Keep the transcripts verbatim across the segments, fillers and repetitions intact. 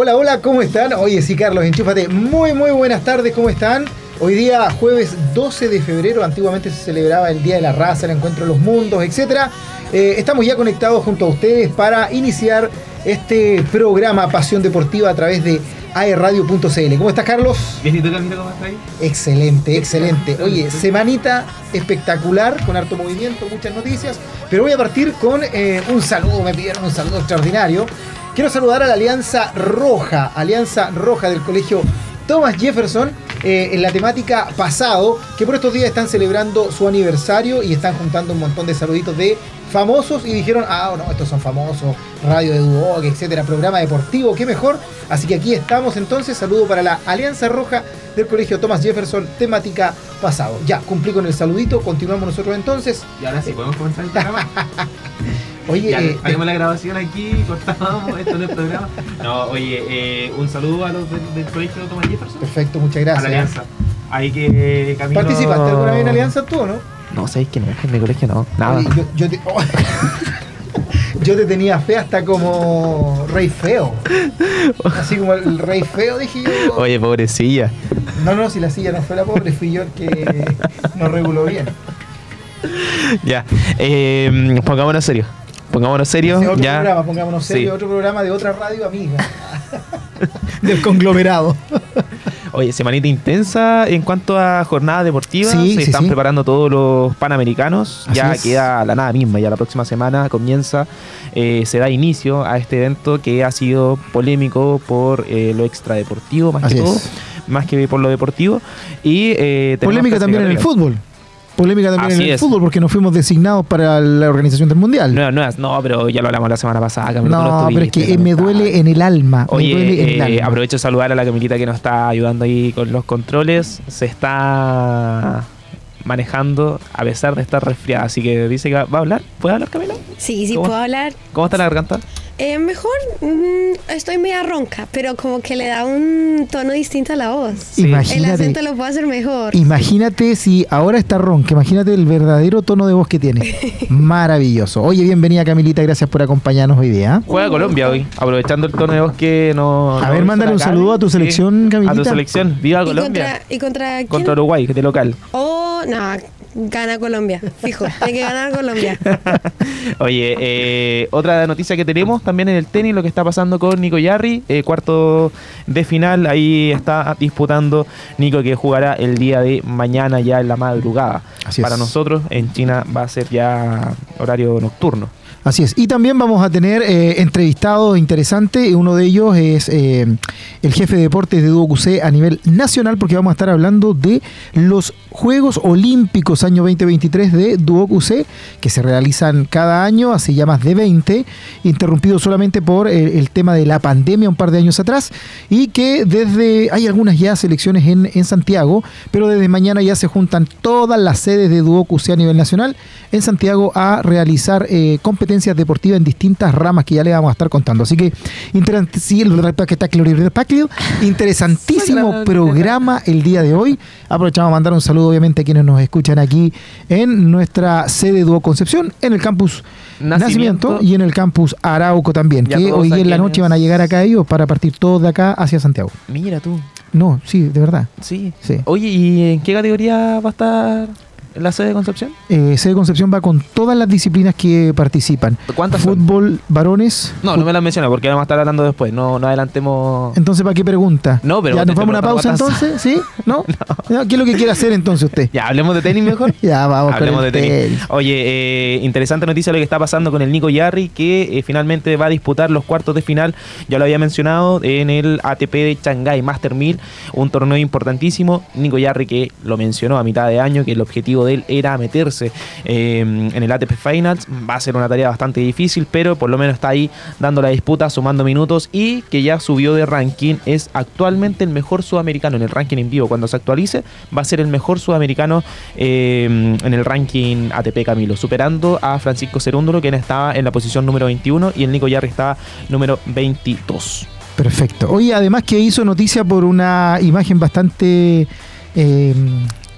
Hola, hola, ¿cómo están? Oye, sí, Carlos, enchúfate. Muy, muy buenas tardes, ¿cómo están? Hoy día, jueves doce de febrero, antiguamente se celebraba el Día de la Raza, el Encuentro de los Mundos, etcétera. Eh, estamos ya conectados junto a ustedes para iniciar este programa Pasión Deportiva a través de a e radio punto c l. ¿Cómo estás, Carlos? Bien, ¿y tú, Camilo, cómo estás ahí? Excelente, excelente. Oye, semanita espectacular, con harto movimiento, muchas noticias, pero voy a partir con eh, un saludo, me pidieron un saludo extraordinario. Quiero saludar a la Alianza Roja, Alianza Roja del Colegio Thomas Jefferson, eh, en la temática pasado, que por estos días están celebrando su aniversario y están juntando un montón de saluditos de famosos y dijeron, ah, no, estos son famosos, radio de Duoc, etcétera, programa deportivo, qué mejor. Así que aquí estamos entonces, saludo para la Alianza Roja del Colegio Thomas Jefferson, temática pasado. Ya, cumplí con el saludito, continuamos nosotros entonces. Y ahora sí, podemos comenzar el programa. Oye, ya, eh, hagamos la grabación aquí, cortábamos, esto no es programa. No, oye, eh, un saludo a los del, del Colegio Thomas Jefferson. Perfecto, muchas gracias. A la Alianza. Ahí que Camilo... ¿Participaste alguna vez en Alianza tú o no? No, ¿sabéis que no? En mi colegio no, nada. Oye, yo, yo, te, oh, yo te tenía fe hasta como rey feo. Así como el rey feo, dije yo. Oye, pobrecilla. No, no, si la silla no fue la pobre, fui yo el que no reguló bien. Ya, eh, pongámonos serios. Pongámonos serios. Sí, otro ya. programa, pongámonos serios, Sí. Otro programa de otra radio amiga. Del conglomerado. Oye, semanita intensa en cuanto a jornadas deportivas. Sí, Se sí, están sí. preparando todos los Panamericanos. Así ya es. queda la nada misma. Ya la próxima semana comienza, eh, se da inicio a este evento que ha sido polémico por eh, lo extradeportivo, más Así que todo. es. Más que por lo deportivo. Y eh, tenemos Polémica también en el clasificatorias. fútbol. Polémica también Así en el es. fútbol porque no fuimos designados para la organización del Mundial. No, no, no, pero ya lo hablamos la semana pasada. Camilo, tú No, estuviste, pero es que eh, me lamentable. duele en el alma. Oye, me duele en el eh, alma. aprovecho de saludar a la Camilita que nos está ayudando ahí con los controles. Se está manejando a pesar de estar resfriada, así que dice que va va a hablar. ¿Puede hablar, Camila? Sí, sí ¿Cómo? puedo hablar. ¿Cómo está la garganta? Eh, mejor, mm, estoy media ronca, pero como que le da un tono distinto a la voz. Sí. El Imagínate, acento lo puedo hacer mejor. imagínate si ahora está ronca, imagínate el verdadero tono de voz que tiene. Maravilloso. Oye, bienvenida Camilita, gracias por acompañarnos hoy día. Juega Colombia hoy, aprovechando el tono de voz que no... A no ver, hizo mándale la un Cami. saludo a tu Sí, selección, Camilita. A tu selección, viva ¿Y Colombia. contra, ¿Y contra quién? Contra Uruguay, que de local. Oh, no, gana Colombia, fijo, tiene que ganar Colombia. Oye, eh, otra noticia que tenemos también en el tenis, lo que está pasando con Nico Yarri, eh, cuarto de final, ahí está disputando Nico, que jugará el día de mañana ya en la madrugada. Así Para es. nosotros en China va a ser ya horario nocturno. Así es. Y también vamos a tener eh, entrevistados interesantes. Uno de ellos es eh, el jefe de deportes de Duoc U C a nivel nacional, porque vamos a estar hablando de los Juegos Olímpicos año veinte veintitrés de Duoc U C, que se realizan cada año, hace ya más de veinte, interrumpido solamente por eh, el tema de la pandemia un par de años atrás, y que desde, hay algunas ya selecciones en, en Santiago, pero desde mañana ya se juntan todas las sedes de Duoc U C a nivel nacional en Santiago a realizar eh, competencias deportivas en distintas ramas que ya le vamos a estar contando. Así que interesantísimo programa el día de hoy. Aprovechamos a mandar un saludo obviamente a quienes nos escuchan aquí en nuestra sede Duoc Concepción, en el campus Nacimiento, Nacimiento. y en el campus Arauco también, Ya que todos hoy día en la saben noche quién van a es. llegar acá ellos para partir todos de acá hacia Santiago. Mira tú, No, sí, de verdad. sí. Sí. Oye, ¿y en qué categoría va a estar la sede de Concepción? Eh, sede Concepción va con todas las disciplinas que participan. ¿Cuántas son? Fútbol, varones. No, no me las menciona porque vamos a estar hablando después. No, no adelantemos. Entonces, ¿para qué pregunta? No, pero ¿Ya te nos vamos a una pregunto pausa cuántas- entonces? ¿Sí? ¿No? ¿No? ¿Qué es lo que quiere hacer entonces usted? Ya, hablemos de tenis mejor. Ya, vamos con Hablemos el de tenis. tenis. Oye, eh, interesante noticia lo que está pasando con el Nico Yarri, que eh, finalmente va a disputar los cuartos de final. Ya lo había mencionado en el A T P de Shanghái Master mil, un torneo importantísimo. Nico Yarri, que lo mencionó a mitad de año, que el objetivo de él era meterse eh, en el A T P Finals. Va a ser una tarea bastante difícil, pero por lo menos está ahí dando la disputa, sumando minutos, y que ya subió de ranking. Es actualmente el mejor sudamericano en el ranking en vivo. Cuando se actualice, va a ser el mejor sudamericano eh, en el ranking A T P, Camilo, superando a Francisco Cerúndolo, quien estaba en la posición número veintiuno, y el Nico Yarri estaba número veintidós. Perfecto. Oye, además que hizo noticia por una imagen bastante... Eh,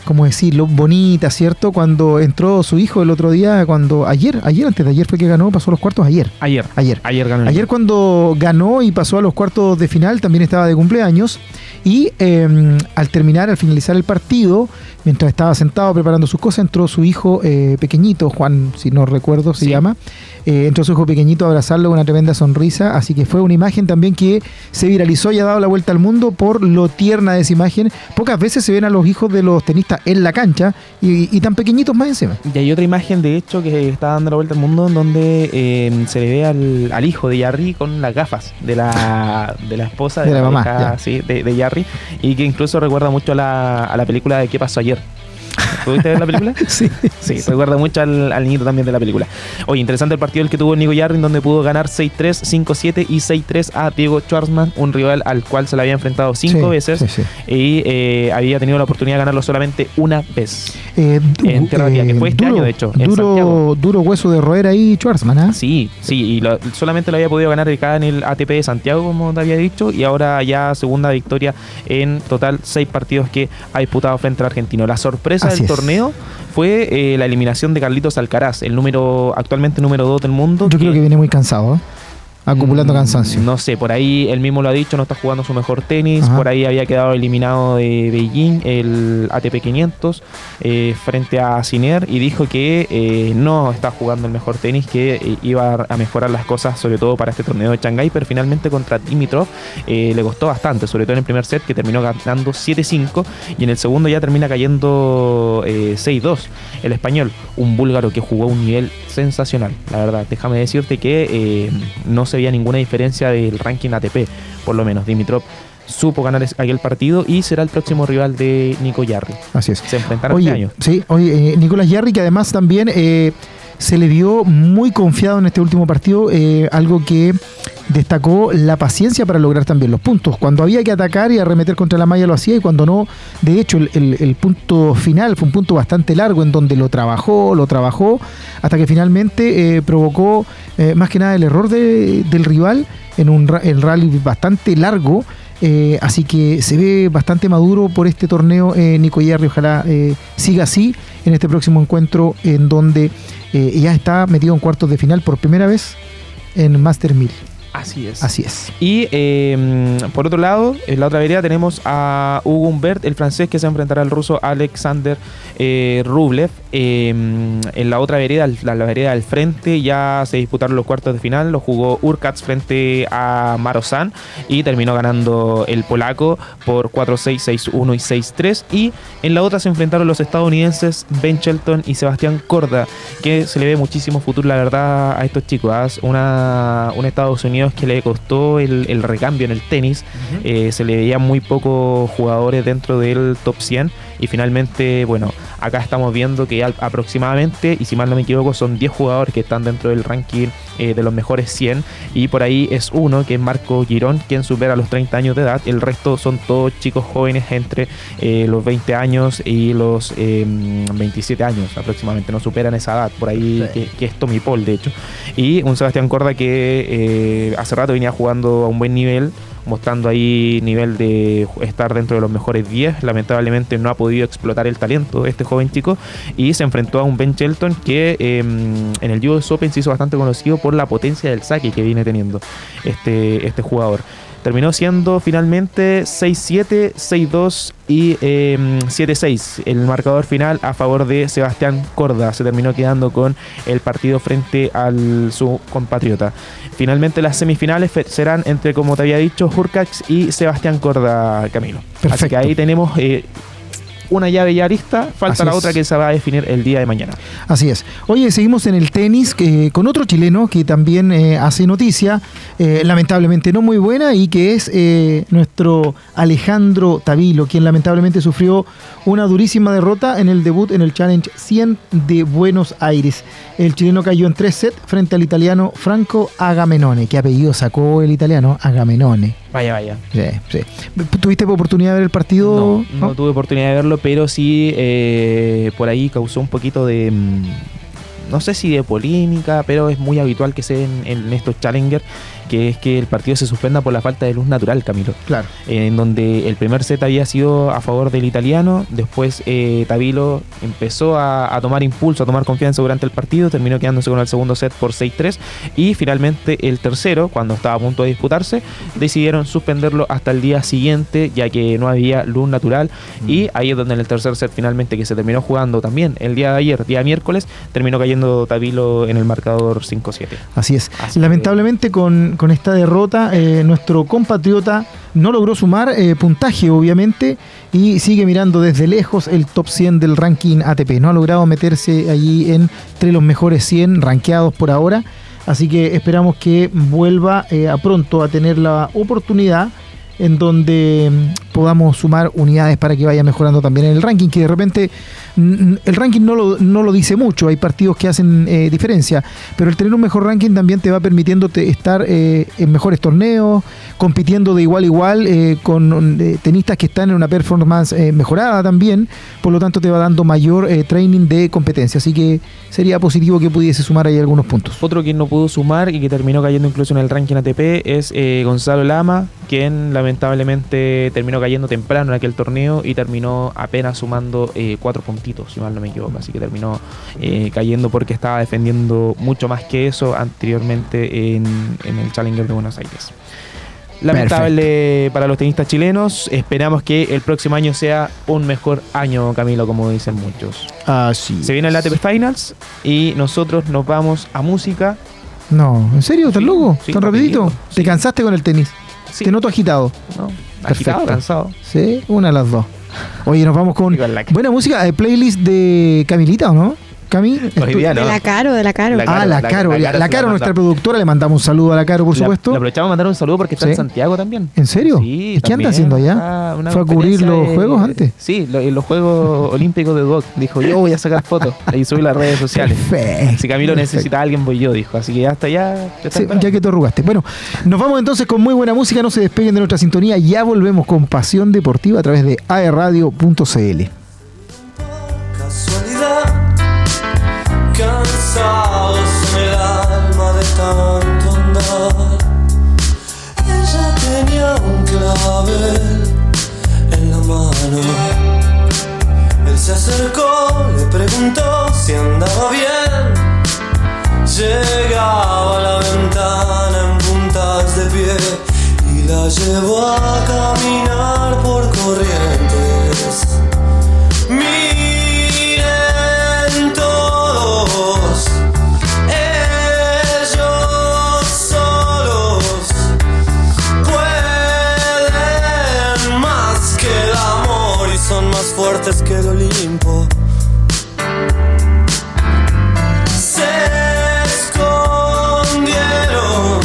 ¿cómo decirlo? Bonita, ¿cierto? Cuando entró su hijo el otro día, cuando ayer, ayer, antes de ayer fue que ganó, pasó a los cuartos, ayer. Ayer. Ayer. Ayer ganó. Ayer cuando ganó y pasó a los cuartos de final, también estaba de cumpleaños. Y eh, al terminar, al finalizar el partido, mientras estaba sentado preparando sus cosas, entró su hijo eh, pequeñito, Juan, si no recuerdo, se sí. llama. Eh, entró su hijo pequeñito a abrazarlo con una tremenda sonrisa. Así que fue una imagen también que se viralizó y ha dado la vuelta al mundo por lo tierna de esa imagen. Pocas veces se ven a los hijos de los tenistas en la cancha y, y tan pequeñitos más encima. Y hay otra imagen, de hecho, que está dando la vuelta al mundo, en donde eh, se le ve al, al hijo de Jarry con las gafas de la, de la esposa de, de la, la mamá, pareja, sí, de, de Jarry, y que incluso recuerda mucho a la, a la película de ¿Qué pasó ayer? ¿Pudiste ver la película? Sí. Sí, recuerda mucho al, al niñito también de la película. Oye, interesante el partido el que tuvo Nico Jarry, donde pudo ganar seis tres, cinco siete y seis tres a Diego Schwartzman, un rival al cual se le había enfrentado cinco sí, veces sí, sí. y eh, había tenido la oportunidad de ganarlo solamente una vez. Eh, en Tierra Batida, que fue este duro, año, de hecho, en Duro, Santiago. duro hueso de roer ahí, Schwartzman, ¿ah? Sí, sí, y lo, solamente lo había podido ganar acá en el A T P de Santiago, como te había dicho, y ahora ya segunda victoria en total seis partidos que ha disputado frente al argentino. La sorpresa Así del es. torneo fue eh, la eliminación de Carlitos Alcaraz, el número actualmente número dos del mundo. Yo creo que viene muy cansado, ¿eh? Acumulando cansancio. No sé, por ahí él mismo lo ha dicho, no está jugando su mejor tenis. Ajá. Por ahí había quedado eliminado de Beijing el A T P quinientos eh, frente a Sinner, y dijo que eh, no está jugando el mejor tenis, que eh, iba a mejorar las cosas, sobre todo para este torneo de Shanghái, pero finalmente contra Dimitrov eh, le costó bastante, sobre todo en el primer set, que terminó ganando siete cinco, y en el segundo ya termina cayendo eh, seis dos. El español, un búlgaro que jugó a un nivel sensacional, la verdad. Déjame decirte que eh, no se veía ninguna diferencia del ranking A T P, por lo menos. Dimitrov supo ganar aquel partido y será el próximo rival de Nico Jarry. Así es. Se enfrentarán Oye, este año. sí, oye, eh, Nicolás Jarry, que además también eh, se le vio muy confiado en este último partido, eh, algo que destacó la paciencia para lograr también los puntos. Cuando había que atacar y arremeter contra la malla lo hacía, y cuando no, de hecho el, el, el punto final fue un punto bastante largo en donde lo trabajó, lo trabajó, hasta que finalmente eh, provocó eh, más que nada el error de, del rival en un ra- el rally bastante largo. Eh, así que se ve bastante maduro por este torneo eh, Nico Jarry. Ojalá eh, siga así en este próximo encuentro, en donde eh, ya está metido en cuartos de final por primera vez en Master mil. Así es. Así es. Y eh, por otro lado, en la otra vereda tenemos a Hugo Humbert, el francés, que se enfrentará al ruso Alexander eh, Rublev. Eh, en la otra vereda, la, la vereda del frente, ya se disputaron los cuartos de final. Lo jugó Urkacz frente a Marozsan y terminó ganando el polaco por cuatro seis, seis uno y seis tres. Y en la otra se enfrentaron los estadounidenses Ben Shelton y Sebastián Corda, que se le ve muchísimo futuro, la verdad, a estos chicos. ¿eh? Una, un Estados Unidos que le costó el, el recambio en el tenis. Uh-huh. eh, se le veían muy pocos jugadores dentro del top cien, y finalmente, bueno, acá estamos viendo que al, aproximadamente, y si mal no me equivoco, son diez jugadores que están dentro del ranking eh, de los mejores cien, y por ahí es uno, que es Marco Girón, quien supera los treinta años de edad. El resto son todos chicos jóvenes entre eh, los veinte años y los eh, veintisiete años aproximadamente, no superan esa edad, por ahí, sí. que, que es Tommy Paul, de hecho. Y un Sebastián Corda que eh, hace rato venía jugando a un buen nivel, mostrando ahí nivel de estar dentro de los mejores diez. Lamentablemente no ha podido explotar el talento de este joven chico, y se enfrentó a un Ben Shelton que eh, en el U S Open se hizo bastante conocido por la potencia del saque que viene teniendo este, este jugador. Terminó siendo finalmente seis siete, seis dos y eh, siete seis. El marcador final a favor de Sebastián Corda. Se terminó quedando con el partido frente al su compatriota. Finalmente las semifinales serán entre, como te había dicho, Urkacz y Sebastián Corda, Camilo. Perfecto. Así que ahí tenemos eh, una llave ya lista, falta Así la es. otra que se va a definir el día de mañana. Así es. Oye, seguimos en el tenis eh, con otro chileno que también eh, hace noticia, eh, lamentablemente no muy buena, y que es eh, nuestro Alejandro Tavilo, quien lamentablemente sufrió una durísima derrota en el debut en el Challenge cien de Buenos Aires. El chileno cayó en tres sets frente al italiano Franco Agamenone. ¿Qué apellido sacó el italiano? Agamenone. Vaya, vaya. Sí, sí. ¿Tuviste oportunidad de ver el partido? No, no, ¿no? tuve oportunidad de verlo, pero sí eh, por ahí causó un poquito de, no sé si de polémica, pero es muy habitual que se den en estos Challenger que es que el partido se suspenda por la falta de luz natural, Camilo. Claro. Eh, en donde el primer set había sido a favor del italiano, después eh, Tabilo empezó a, a tomar impulso, a tomar confianza durante el partido, terminó quedándose con el segundo set por seis tres y finalmente el tercero, cuando estaba a punto de disputarse, decidieron suspenderlo hasta el día siguiente, ya que no había luz natural, mm. y ahí es donde en el tercer set finalmente, que se terminó jugando también el día de ayer, día miércoles, terminó cayendo Tabilo en el marcador cinco siete. Así es. Así Lamentablemente que... con, con esta derrota eh, nuestro compatriota no logró sumar eh, puntaje, obviamente, y sigue mirando desde lejos el top cien del ranking A T P. No ha logrado meterse allí entre los mejores cien rankeados por ahora, así que esperamos que vuelva eh, a pronto a tener la oportunidad en donde podamos sumar unidades para que vaya mejorando también en el ranking, que de repente el ranking no lo, no lo dice mucho, hay partidos que hacen eh, diferencia, pero el tener un mejor ranking también te va permitiendo te estar eh, en mejores torneos, compitiendo de igual a igual eh, con eh, tenistas que están en una performance eh, mejorada también, por lo tanto te va dando mayor eh, training de competencia, así que sería positivo que pudiese sumar ahí algunos puntos. Otro que no pudo sumar y que terminó cayendo incluso en el ranking A T P es eh, Gonzalo Lama, quien lamentablemente terminó cayendo temprano en aquel torneo y terminó apenas sumando eh, cuatro puntitos, si mal no me equivoco, así que terminó eh, cayendo porque estaba defendiendo mucho más que eso anteriormente en, en el Challenger de Buenos Aires. Lamentable Perfecto. Para los tenistas chilenos, esperamos que el próximo año sea un mejor año, Camilo, como dicen muchos. Así Se viene el A T P Finals y nosotros nos vamos a música. No, ¿en serio? ¿Estás sí, loco? sí, ¿Tan rapidito? rapidito, ¿Te sí. cansaste con el tenis? Sí. Te noto agitado. No, Perfecto. agitado, cansado. Sí, una de las dos. Oye, nos vamos con buena música, eh, playlist de Camilita, ¿o no? Cami, Hoy día no. De la Caro, de la Caro. La ah, la la- Caro, la la, Caro la se Caro, la nuestra manda. productora, le mandamos un saludo a la Caro, por Le- supuesto. Le aprovechamos a mandar un saludo porque está Sí. en Santiago también. ¿En serio? Sí, ¿Y qué anda también. haciendo allá? Ah, una ¿Fue a cubrir competencia los de- juegos antes? Sí, lo- en los Juegos Olímpicos de Doc. Dijo, yo voy a sacar fotos y subir las redes sociales. Perfecto. Si Camilo Perfecto. necesita a alguien, voy yo, dijo. Así que ya está, ya. ya está Sí, esperando. ya que te arrugaste. Bueno, nos vamos entonces con muy buena música, no se despeguen de nuestra sintonía, ya volvemos con Pasión Deportiva a través de aerradio punto c l. Casualidad, cansados en el alma de tanto andar. Ella tenía un clavel en la mano. Él se acercó, le preguntó si andaba bien. Llegaba a la ventana en puntas de pie y la llevó a caminar por Corrientes. Miren todos, ellos solos pueden más que el amor y son más fuertes que el Olimpo. Se escondieron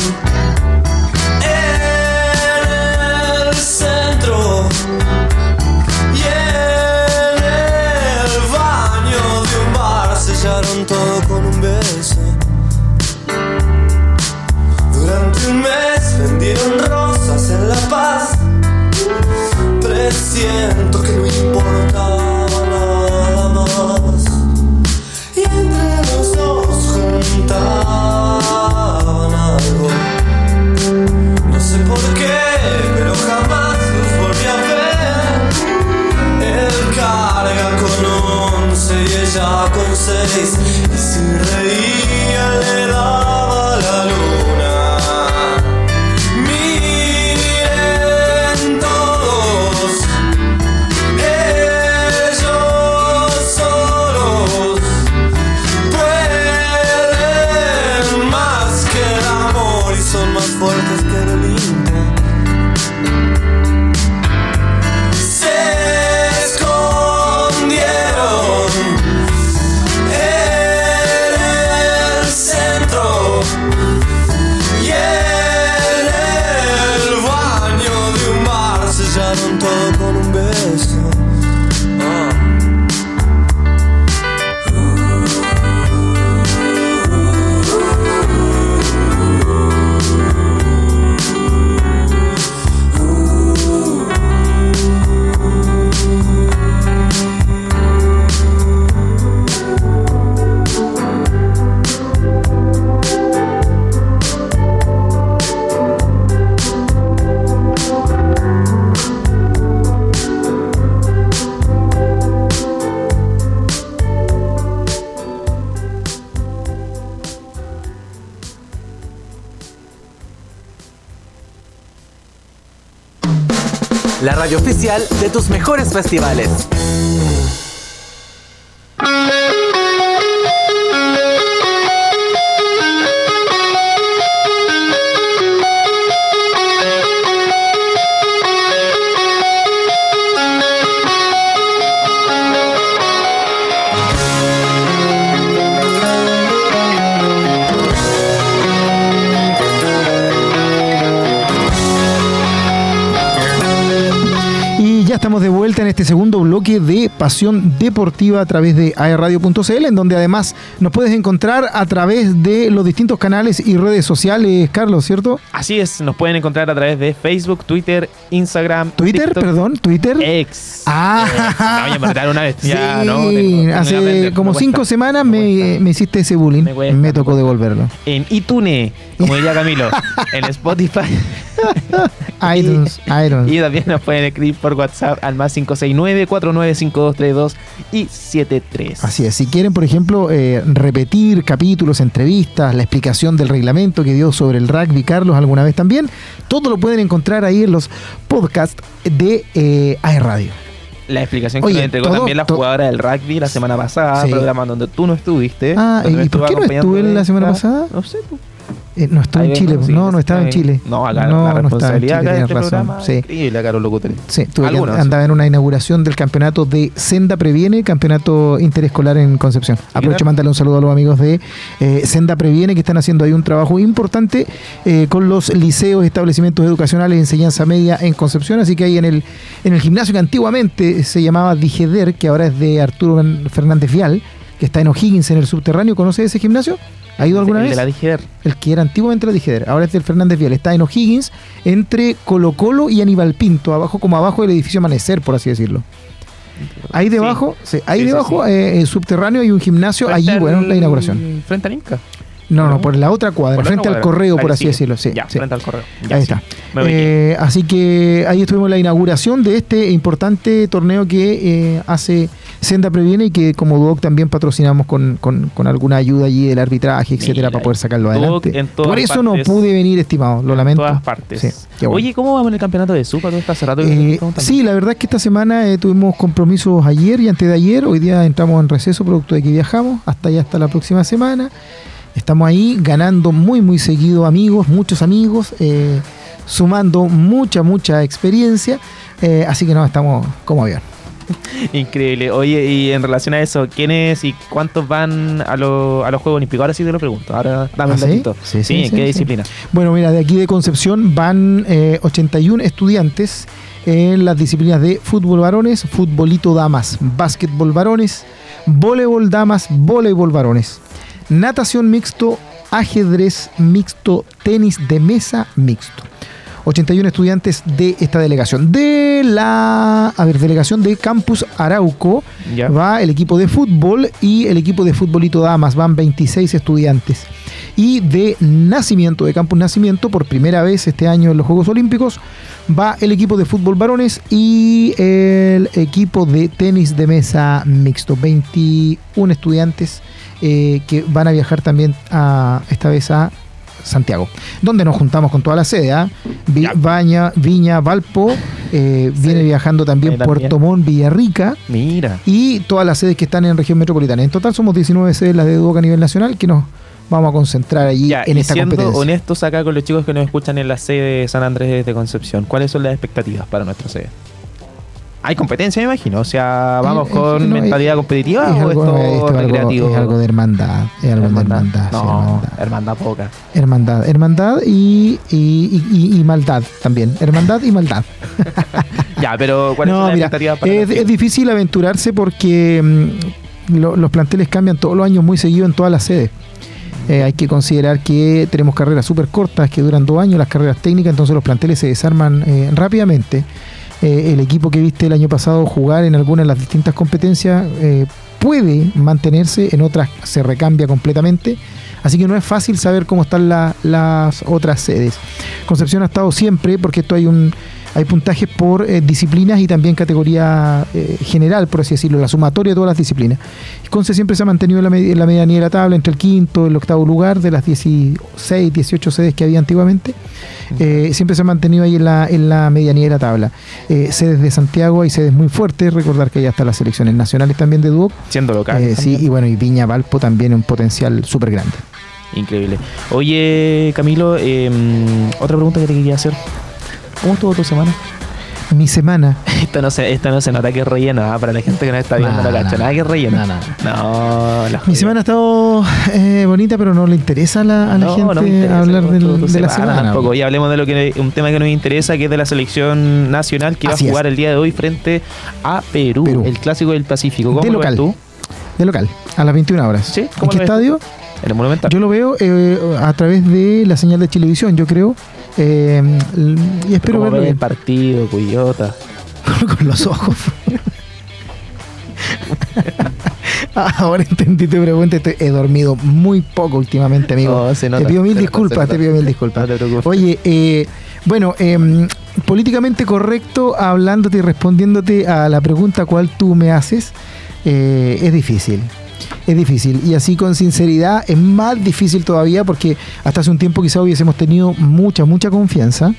en el centro y en el baño de un bar sellaron todo con un beso. Durante un mes vendieron rosas en La Paz. Presiento que no importaba nada más. Y entre los dos juntaban algo. No sé por qué, pero jamás los volví a ver. Él carga con once y ella con seis. Y si reía le daba la luna. Miren todos, ellos solos pueden más que el amor y son más fuertes que el Olimpo. Se escondieron en el centro y en el baño de un bar sellaron todo con un beso. Ah. radio oficial de tus mejores festivales. Estamos de vuelta en este segundo bloque de Pasión Deportiva a través de aerradio punto c l, en donde además nos puedes encontrar a través de los distintos canales y redes sociales, Carlos, ¿cierto? Así es, nos pueden encontrar a través de Facebook, Twitter, Instagram, Twitter, TikTok, perdón, Twitter. X. Ah, Ex. No, ya me retaron una vez. sí, Ya, no, tengo- tengo hace que aprender, como me cinco cuesta. semanas Me me, cuesta. me hiciste ese bullying, Me me, cuesta, tocó me cuesta. devolverlo. En iTunes, como diría Camilo, en Spotify. iTunes, iTunes. Y también nos pueden escribir por WhatsApp al más cinco seis nueve, cuatro nueve cinco dos tres dos y siete tres. Así es, si quieren, por ejemplo, eh, repetir capítulos, entrevistas, la explicación del reglamento que dio sobre el rugby Carlos alguna vez también, todo lo pueden encontrar ahí en los podcasts de eh, aerradio. La explicación que Oye, nos entregó todo- también la to- jugadora del rugby la semana pasada, Sí. programa donde tú no estuviste. Ah, donde me ¿y por estuvo qué no acompañando estuve la esta- semana pasada? No sé. tú. Eh, no estaba Ahí en Chile, vengo, sí, no, no estaba en sí. Chile. No, acá no, la no estaba en responsabilidad Chile, acá de tienes este razón. programa Sí. es increíble acá los locutores. Sí, tuve que Algunos. andaba en una inauguración del campeonato de Senda Previene, campeonato interescolar en Concepción. Aprovecho tal? de mandarle un saludo a los amigos de eh, Senda Previene, que están haciendo ahí un trabajo importante eh, con los liceos, establecimientos educacionales, enseñanza media en Concepción. Así que ahí en el, en el gimnasio que antiguamente se llamaba Dijeder, que ahora es de Arturo Fernández Vial, que está en O'Higgins, en el subterráneo. ¿Conoce ese gimnasio? ¿Ha ido alguna El vez? de la Dijer. El que era antiguamente la Dijeder, ahora es del Fernández Vial, está en O'Higgins, entre Colo Colo y Aníbal Pinto, abajo como abajo del edificio Amanecer, por así decirlo. Ahí debajo, sí, ahí Sí, sí, debajo, sí. eh, eh, subterráneo, hay un gimnasio, Frente allí, bueno, al- la inauguración. Frente al Inca. No, no, ¿no? por la otra cuadra, Por la frente otra al cuadra. correo, por Ahí así sigue. decirlo. Sí, Ya, sí. frente al correo. Ya, Ahí sí. está. Me ubiqué. Eh, así que ahí estuvimos en la inauguración de este importante torneo que eh, hace Senda Previene y que como Duoc también patrocinamos con, con, con alguna ayuda allí del arbitraje, etcétera, Mira, para poder sacarlo Duoc adelante. en todas Por eso no partes. pude venir, estimado, lo En lamento. todas partes. Sí, qué bueno. Oye, ¿cómo vamos en el campeonato de Supa? ¿Todo está hace rato que me Eh, estoy preguntando? sí, la verdad es que esta semana eh, tuvimos compromisos ayer y antes de ayer. Hoy día entramos en receso producto de que viajamos. Hasta ya hasta la próxima semana. Estamos ahí ganando muy, muy seguido amigos, muchos amigos, eh, sumando mucha, mucha experiencia. Eh, así que no, estamos como avión. Increíble. Oye, y en relación a eso, ¿quiénes y cuántos van a, lo- a los Juegos Olímpicos? Ahora sí te lo pregunto. Ahora dame ¿Ah, un sí? datito. Sí, sí, ¿en sí, qué sí. disciplina? Bueno, mira, de aquí de Concepción van eh, ochenta y uno estudiantes en las disciplinas de fútbol varones, futbolito damas, básquetbol varones, voleibol damas, voleibol varones, natación mixto, ajedrez mixto, tenis de mesa mixto. ochenta y uno estudiantes de esta delegación. De la, a ver, delegación de Campus Arauco Ya. va el equipo de fútbol y el equipo de futbolito damas, van veintiséis estudiantes. Y de Nacimiento, de Campus Nacimiento, por primera vez este año en los Juegos Olímpicos, va el equipo de fútbol varones y el equipo de tenis de mesa mixto. veintiuno estudiantes eh, que van a viajar también a, esta vez a Santiago, donde nos juntamos con toda la sede, ¿ah? Vi- Ya. Baña, Viña, Valpo, eh, viene viajando también Ahí también. Puerto Montt, Villarrica Mira. y todas las sedes que están en región metropolitana. En total somos diecinueve sedes las de Duoc a nivel nacional que nos vamos a concentrar allí Ya, en y esta siendo competencia. honestos acá con los chicos que nos escuchan en la sede de San Andrés de Concepción, ¿cuáles son las expectativas para nuestra sede? Hay competencia, me imagino. O sea, ¿vamos Eh, eh, con no, mentalidad es- competitiva es o algo, esto esto es algo- recreativo? es algo de hermandad, es algo de hermandad, sí, No, hermandad. hermandad poca. Hermandad, hermandad y, y, y- y- y maldad también. Hermandad y maldad. Ya, pero ¿cuáles son No, las mira, expectativas para es, nuestra es sede? difícil aventurarse porque mm, lo- los planteles cambian todos los años muy seguido en todas las sedes. Eh, hay que considerar que tenemos carreras súper cortas que duran dos años, las carreras técnicas, entonces los planteles se desarman eh, rápidamente. Eh, el equipo que viste el año pasado jugar en algunas de las distintas competencias eh, puede mantenerse, en otras se recambia completamente. Así que no es fácil saber cómo están la- las otras sedes. Concepción ha estado siempre, porque esto hay un hay puntajes por eh, disciplinas y también categoría eh, general, por así decirlo, la sumatoria de todas las disciplinas. Conce siempre se ha mantenido en la, med- en la medianía de la tabla, entre el quinto y el octavo lugar de las dieciséis, dieciocho sedes que había antiguamente. Eh, siempre se ha mantenido ahí en la, en la medianía de la tabla. Eh, sedes de Santiago, hay sedes muy fuertes, recordar que hay hasta las selecciones nacionales también de Duoc. Siendo local. Eh, sí, y bueno, y Viña Valpo también un potencial súper grande. Increíble. Oye, Camilo, eh, otra pregunta que te quería hacer. ¿Cómo estuvo tu semana? Mi semana. Esta no se, esta no se nota que es relleno, ¿ah? Para la gente que no está viendo Nah, no cacha, nah, nada que es relleno. nah, nah. No, la Mi jodida. semana ha estado eh, bonita, pero no le interesa a la, a la No, gente no me interesa hablar cómo del- estuvo tu de la semana. tampoco. Y hablemos de lo que un tema que nos interesa, que es de la selección nacional que va Así a jugar es. el día de hoy frente a Perú, Perú. el clásico del Pacífico. ¿Cómo De lo ves local. tú? De local, a las veintiuna horas. Sí, ¿En ¿cómo qué lo ves tú? estadio? En el Monumental. Yo lo veo eh, a través de la señal de Chilevisión, yo creo. Eh, l- y espero ¿Cómo verlo ves el bien. partido, Cuyota? Con los ojos. Ahora entendí tu pregunta. Estoy- he dormido muy poco últimamente, amigo. No, se nota, te pido mil se nota, disculpas, se te nota. pido mil disculpas. No te preocupes. Oye, eh, bueno, eh, políticamente correcto, hablándote y respondiéndote a la pregunta cuál tú me haces, eh, es difícil. Es difícil. Y así con sinceridad es más difícil todavía porque hasta hace un tiempo quizá hubiésemos tenido mucha, mucha confianza.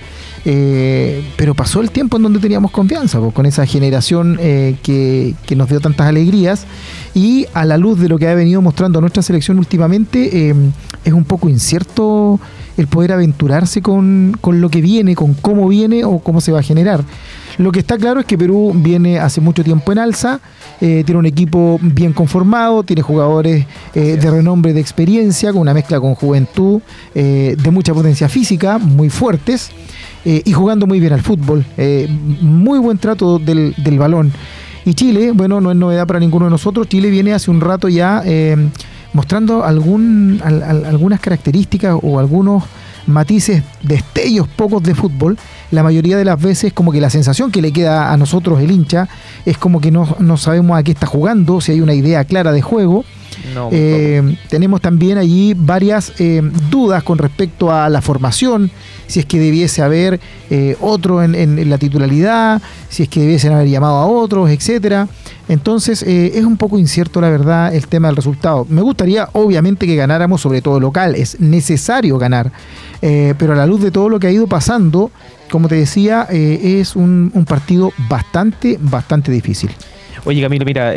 Eh, pero pasó el tiempo en donde teníamos confianza, pues, con esa generación eh, que, que nos dio tantas alegrías, y a la luz de lo que ha venido mostrando nuestra selección últimamente, eh, es un poco incierto el poder aventurarse con, con lo que viene, con cómo viene o cómo se va a generar. Lo que está claro es que Perú viene hace mucho tiempo en alza, eh, tiene un equipo bien conformado, tiene jugadores eh, de renombre, de experiencia, con una mezcla con juventud, eh, de mucha potencia física, muy fuertes, eh, y jugando muy bien al fútbol. Eh, muy buen trato del, del balón. Y Chile, bueno, no es novedad para ninguno de nosotros, Chile viene hace un rato ya eh, mostrando algún, al, al, algunas características o algunos matices, destellos pocos de fútbol. La mayoría de las veces como que la sensación que le queda a nosotros el hincha es como que no, no sabemos a qué está jugando, si hay una idea clara de juego. No, Eh, tenemos también allí varias eh, dudas con respecto a la formación, si es que debiese haber eh, otro en, en- en la titularidad, si es que debiesen haber llamado a otros, etcétera. Entonces eh, es un poco incierto, la verdad, el tema del resultado. Me gustaría obviamente que ganáramos, sobre todo local, es necesario ganar, eh, pero a la luz de todo lo que ha ido pasando, como te decía, eh, es un, un partido bastante, bastante difícil. Oye, Camilo, mira,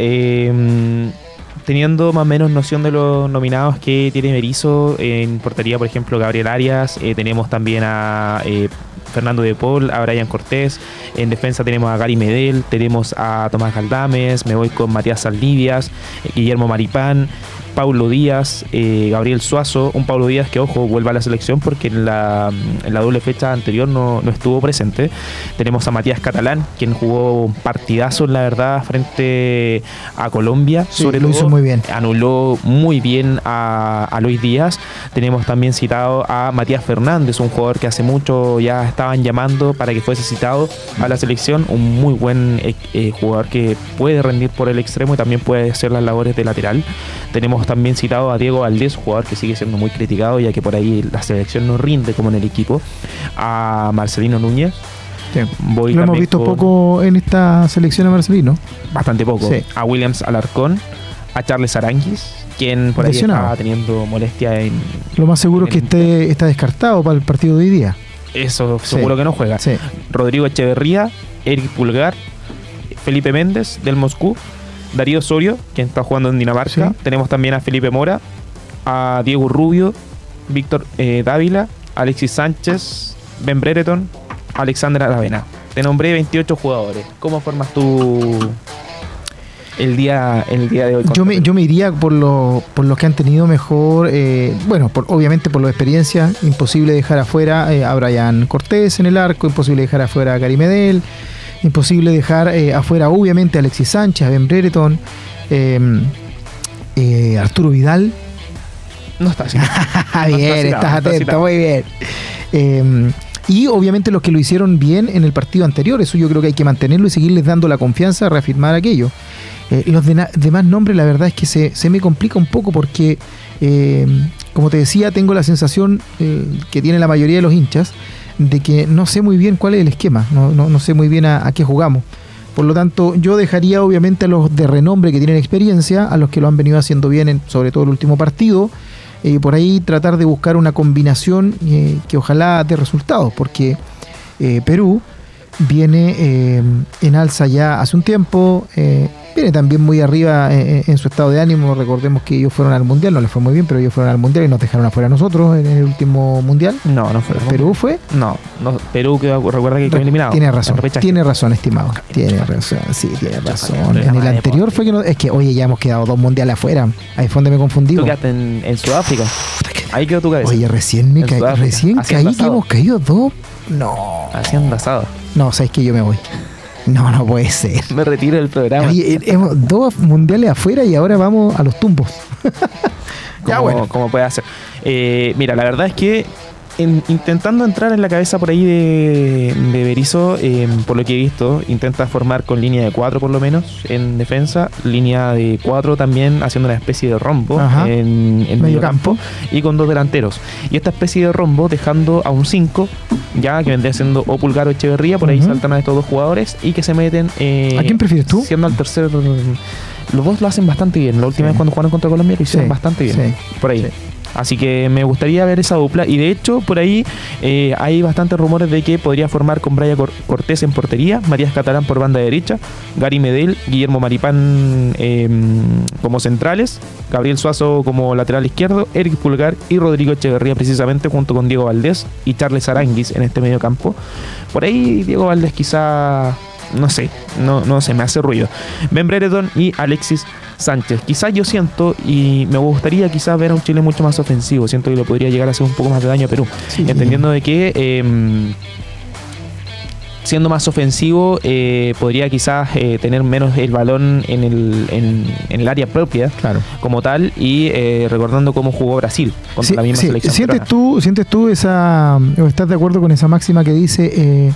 eh, teniendo más o menos noción de los nominados que tiene Berizzo, eh, en portería, por ejemplo, Gabriel Arias, eh, tenemos también a eh, Fernando de Paul, a Brian Cortés, en defensa tenemos a Gary Medel, tenemos a Tomás Galdames, me voy con Matías Saldivias, eh, Guillermo Maripán, Paulo Díaz, eh, Gabriel Suazo, un Paulo Díaz que, ojo, vuelve a la selección porque en la, en la doble fecha anterior no, no estuvo presente. Tenemos a Matías Catalán, quien jugó un partidazo, la verdad, frente a Colombia, Sí, sobre lo todo. hizo muy bien. Anuló muy bien a, a Luis Díaz. Tenemos también citado a Matías Fernández, un jugador que hace mucho ya estaban llamando para que fuese citado a la selección, un muy buen eh, eh, jugador que puede rendir por el extremo y también puede hacer las labores de lateral. Tenemos también citado a Diego Valdés, jugador que sigue siendo muy criticado ya que por ahí la selección no rinde como en el equipo. A Marcelino Núñez. Voy Lo hemos también visto con- poco en esta selección a Marcelino. bastante poco. Sí. A Williams Alarcón, a Charles Aranguis, quien por ahí Lesionado. estaba teniendo molestia en Lo más seguro es que En- esté, está descartado para el partido de hoy día. eso, Sí. seguro que no juega. Sí. Rodrigo Echeverría, Eric Pulgar, Felipe Méndez del Moscú, Darío Osorio, quien está jugando en Dinamarca. Sí. Tenemos también a Felipe Mora, a Diego Rubio, Víctor eh, Dávila, Alexis Sánchez, Ben Brereton, Alexander Aravena. Te nombré veintiocho jugadores. ¿Cómo formas tú el día, el día de hoy? Yo me, yo me iría por, lo, por los que han tenido mejor, eh, bueno, por, obviamente por la experiencia. Imposible dejar afuera eh, a Brian Cortés en el arco, imposible dejar afuera a Gary Medel, imposible dejar eh, afuera obviamente a Alexis Sánchez, a Ben Brereton, eh, eh, Arturo Vidal. No está así. Bien, está citado, estás no está atento, citado. muy bien. Eh, y obviamente los que lo hicieron bien en el partido anterior, eso yo creo que hay que mantenerlo y seguirles dando la confianza, reafirmar aquello. Eh, los de na- demás nombres, la verdad es que se, se me complica un poco porque, eh, como te decía, tengo la sensación eh, que tiene la mayoría de los hinchas de que no sé muy bien cuál es el esquema, no, no, no sé muy bien a, a qué jugamos. Por lo tanto, yo dejaría obviamente a los de renombre que tienen experiencia, a los que lo han venido haciendo bien, en, sobre todo el último partido, y eh, por ahí tratar de buscar una combinación eh, que ojalá dé resultados, porque eh, Perú viene eh, en alza ya hace un tiempo, eh, viene también muy arriba en, en su estado de ánimo. Recordemos que ellos fueron al Mundial, no les fue muy bien, pero ellos fueron al Mundial y nos dejaron afuera a nosotros en el último Mundial. No, no fue. ¿Perú fue? No, no Perú quedó, recuerda que quedó eliminado. Tiene razón, tiene razón, estimado. Tiene razón, sí, tiene razón. En el anterior fue que no, es que, oye, ya hemos quedado dos mundiales afuera. Ahí fue donde me confundí. Tú quedaste en, en Sudáfrica. Ahí quedó tu cabeza. Oye, recién me caí, recién caí que hemos caído dos. No. Haciendo asado. No, sabes que yo me voy. No, no puede ser. Me retiro del programa. Oye, hemos dos mundiales afuera y ahora vamos a los tumbos. Ya, bueno. Como puede hacer. Eh, mira, la verdad es que en, intentando entrar en la cabeza por ahí de, de Berizzo, eh, por lo que he visto, intenta formar con línea de cuatro por lo menos en defensa, línea de cuatro también haciendo una especie de rombo. Ajá. en, en medio campo, campo y con dos delanteros. Y esta especie de rombo dejando a un cinco, ya que vendría siendo o Pulgar o Echeverría, por ahí uh-huh. saltan a estos dos jugadores y que se meten. Eh, ¿A quién prefieres tú? Siendo al tercer. Los dos lo hacen bastante bien. La última sí. vez cuando jugaron contra Colombia lo hicieron sí. bastante bien. Sí. Por ahí. Sí. Así que me gustaría ver esa dupla. Y de hecho, por ahí eh, hay bastantes rumores de que podría formar con Brian Cortés en portería, Matías Catalán por banda derecha, Gary Medel, Guillermo Maripán eh, como centrales, Gabriel Suazo como lateral izquierdo, Eric Pulgar y Rodrigo Echeverría precisamente junto con Diego Valdés y Charles Aranguis en este medio campo. Por ahí Diego Valdés quizá... No sé, no, no sé, me hace ruido. Ben Brereton y Alexis Sánchez. Quizás yo siento, y me gustaría quizás ver a un Chile mucho más ofensivo. Siento que le podría llegar a hacer un poco más de daño a Perú. Sí. Entendiendo de que eh, siendo más ofensivo eh, podría quizás eh, tener menos el balón en el, en, en el área propia, claro, como tal, y eh, recordando cómo jugó Brasil contra sí, la misma sí. selección. ¿Sientes tú, ¿Sientes tú esa, o estás de acuerdo con esa máxima que dice... Eh,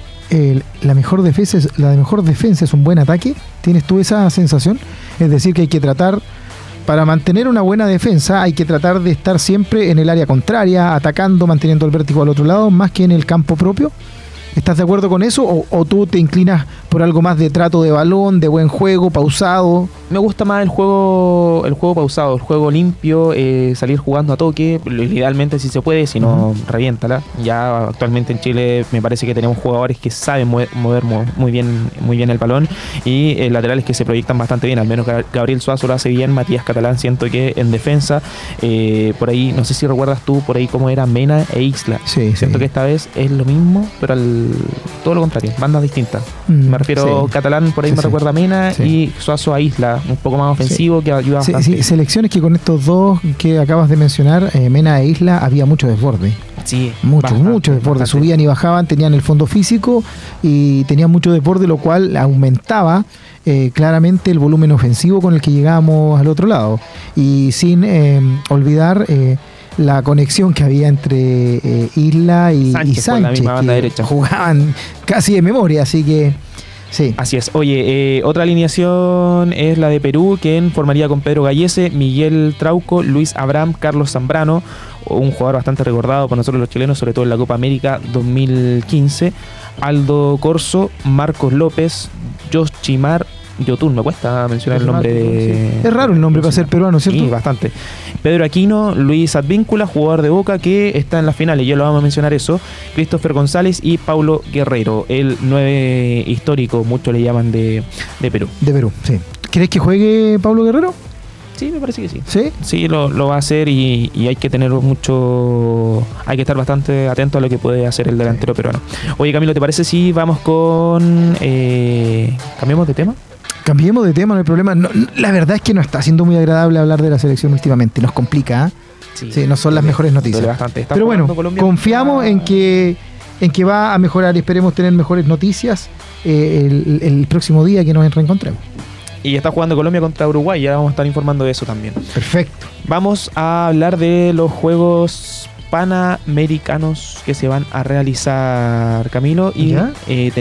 El, la mejor defensa es, la mejor defensa es un buen ataque? ¿Tienes tú esa sensación? Es decir, que hay que tratar, para mantener una buena defensa, hay que tratar de estar siempre en el área contraria, atacando, manteniendo el vértigo al otro lado, más que en el campo propio. ¿Estás de acuerdo con eso? ¿O, o tú te inclinas por algo más de trato de balón, de buen juego, pausado? Me gusta más el juego el juego pausado, el juego limpio, eh, salir jugando a toque, idealmente si se puede, si no, uh-huh. reviéntala. Ya actualmente en Chile me parece que tenemos jugadores que saben mover, mover muy bien muy bien el balón y eh, laterales que se proyectan bastante bien, al menos Gabriel Suazo lo hace bien, Matías Catalán siento que en defensa, eh, por ahí, no sé si recuerdas tú por ahí cómo era Mena e Isla. Sí, siento sí. que esta vez es lo mismo, pero al todo lo contrario, bandas distintas. Mm, me refiero sí. Catalán, por ahí sí, me sí. recuerda a Mena sí. y Suazo a Isla, un poco más ofensivo sí. que ayuda sí, bastante. Sí, selecciones que con estos dos que acabas de mencionar, eh, Mena e Isla, había mucho desborde. Sí, mucho, bastante, mucho desborde. Bastante. Subían y bajaban, tenían el fondo físico y tenían mucho desborde, lo cual aumentaba eh, claramente el volumen ofensivo con el que llegábamos al otro lado. Y sin eh, olvidar... Eh, la conexión que había entre eh, Isla y Sánchez, y Sánchez, la misma banda derecha, jugaban casi de memoria, así que sí. Así es. Oye, eh, otra alineación es la de Perú, que formaría con Pedro Gallese, Miguel Trauco, Luis Abraham, Carlos Zambrano, un jugador bastante recordado por nosotros los chilenos, sobre todo en la Copa América dos mil quince, Aldo Corso, Marcos López, Josh Chimar, Yotun, me cuesta mencionar el nombre de... Sí. Es raro el nombre para ser peruano, ¿cierto? Sí, bastante. Pedro Aquino, Luis Advíncula, jugador de Boca que está en las finales, ya lo vamos a mencionar eso. Christopher González y Paulo Guerrero, el nueve histórico, muchos le llaman de, de Perú. De Perú, sí. ¿Crees que juegue Paulo Guerrero? Sí, me parece que sí. ¿Sí? Sí, lo, lo va a hacer y, y hay que tener mucho... Hay que estar bastante atento a lo que puede hacer el delantero peruano. Oye, Camilo, ¿te parece si vamos con... Eh, ¿Cambiamos de tema? Cambiemos de tema, no hay problema. No, la verdad es que no está siendo muy agradable hablar de la selección últimamente. Nos complica, ¿eh? Sí, sí, no son las mejores noticias. Pero bueno, Colombia, confiamos en que, en que va a mejorar y esperemos tener mejores noticias eh, el, el próximo día que nos reencontremos. Y está jugando Colombia contra Uruguay, ya vamos a estar informando de eso también. Perfecto. Vamos a hablar de los Juegos Panamericanos que se van a realizar, Camilo. Y eh,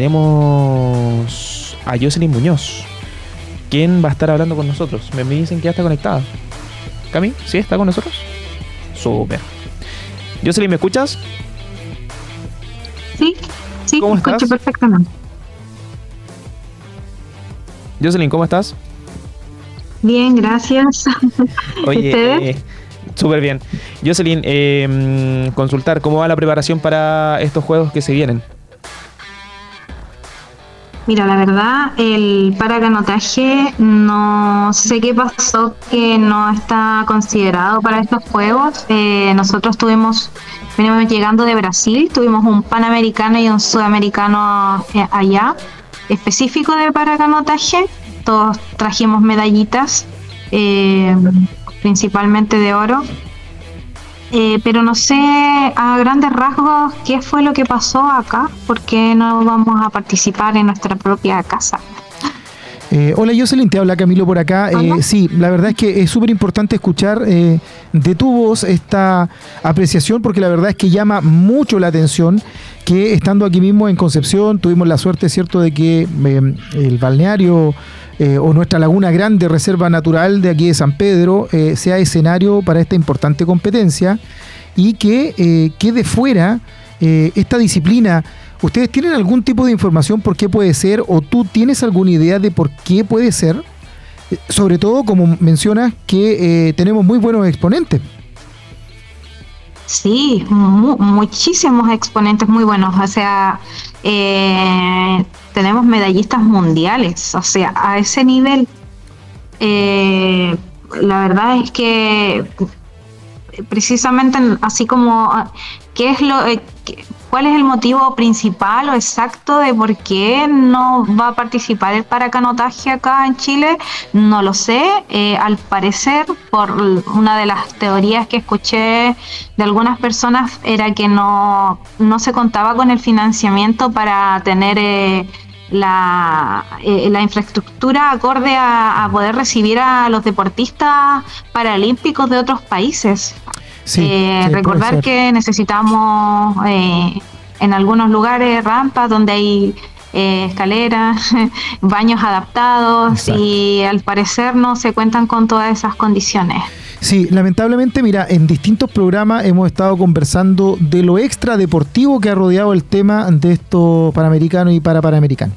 tenemos a Jocelyn Muñoz, ¿quién va a estar hablando con nosotros? Me dicen que ya está conectada. ¿Cami? ¿Sí está con nosotros? Súper. Jocelyn, ¿me escuchas? Sí, ¿Cómo escucho estás? perfectamente. Jocelyn, ¿cómo estás? Bien, gracias. Oye, ¿Ustedes? eh, súper bien. Jocelyn, eh, mm, consultar, ¿cómo va la preparación para estos juegos que se vienen? Mira, la verdad, el paracanotaje no sé qué pasó que no está considerado para estos juegos. Eh, nosotros tuvimos, venimos llegando de Brasil, tuvimos un panamericano y un sudamericano eh, allá, específico de paracanotaje. Todos trajimos medallitas, eh, principalmente de oro. Eh, pero no sé a grandes rasgos qué fue lo que pasó acá, por qué no vamos a participar en nuestra propia casa. Eh, hola Jocelyn, te habla Camilo por acá. Eh, sí, la verdad es que es súper importante escuchar eh, de tu voz esta apreciación, porque la verdad es que llama mucho la atención que estando aquí mismo en Concepción tuvimos la suerte, cierto, de que eh, el balneario eh, o nuestra Laguna Grande, reserva natural de aquí de San Pedro, eh, sea escenario para esta importante competencia y que eh, quede fuera eh, esta disciplina. ¿Ustedes tienen algún tipo de información por qué puede ser, o tú tienes alguna idea de por qué puede ser? Eh, sobre todo, como mencionas, que eh, tenemos muy buenos exponentes. Sí, mu- muchísimos exponentes muy buenos, o sea, eh, tenemos medallistas mundiales, o sea, a ese nivel, eh, la verdad es que precisamente así como, ¿qué es lo, eh, qué- cuál es el motivo principal o exacto de por qué no va a participar el paracanotaje acá en Chile? No lo sé. Eh, al parecer, por una de las teorías que escuché de algunas personas, era que no, no se contaba con el financiamiento para tener eh, la, eh, la infraestructura acorde a, a poder recibir a los deportistas paralímpicos de otros países. Sí, Eh, sí, puede recordar ser. que necesitamos eh, en algunos lugares rampas donde hay eh, escaleras, baños adaptados. Exacto. Y al parecer no se cuentan con todas esas condiciones. Sí, lamentablemente, mira, en distintos programas hemos estado conversando de lo extra deportivo que ha rodeado el tema de estos panamericanos y para panamericanos.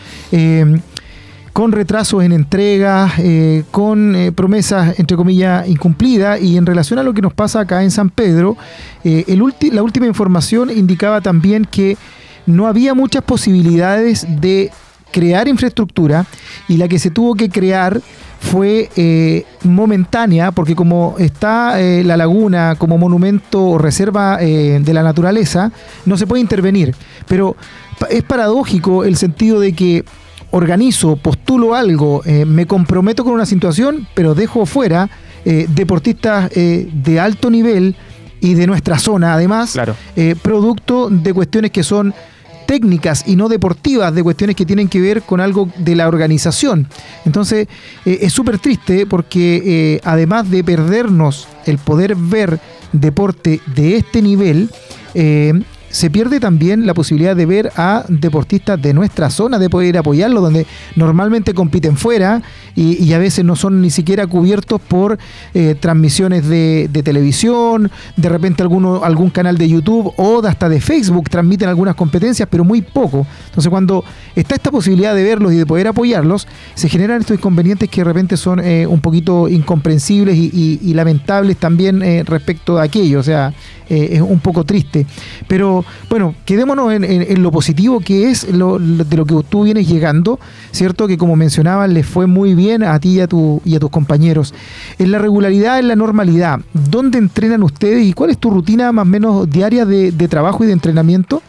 Eh, con retrasos en entregas, eh, con eh, promesas, entre comillas, incumplidas, y en relación a lo que nos pasa acá en San Pedro, eh, el ulti- la última información indicaba también que no había muchas posibilidades de crear infraestructura, y la que se tuvo que crear fue eh, momentánea, porque como está eh, la laguna como monumento o reserva eh, de la naturaleza, no se puede intervenir. Pero pa- es paradójico el sentido de que organizo, postulo algo, eh, me comprometo con una situación, pero dejo fuera eh, deportistas eh, de alto nivel y de nuestra zona, además, Claro. eh, producto de cuestiones que son técnicas y no deportivas, de cuestiones que tienen que ver con algo de la organización. Entonces, eh, es súper triste porque eh, además de perdernos el poder ver deporte de este nivel, eh, se pierde también la posibilidad de ver a deportistas de nuestra zona, de poder apoyarlos, donde normalmente compiten fuera y, y a veces no son ni siquiera cubiertos por eh, transmisiones de, de televisión, de repente alguno, algún canal de YouTube o de hasta de Facebook transmiten algunas competencias, pero muy poco. Entonces, cuando está esta posibilidad de verlos y de poder apoyarlos, se generan estos inconvenientes que de repente son eh, un poquito incomprensibles y, y- y lamentables también eh, respecto a aquello. O sea, eh, es un poco triste. Pero bueno, quedémonos en, en- en lo positivo que es lo, lo- de lo que tú vienes llegando, ¿cierto? Que como mencionabas, les fue muy bien a ti y a, tu, y a tus compañeros. En la regularidad, en la normalidad, ¿dónde entrenan ustedes y cuál es tu rutina más o menos diaria de, de trabajo y de entrenamiento?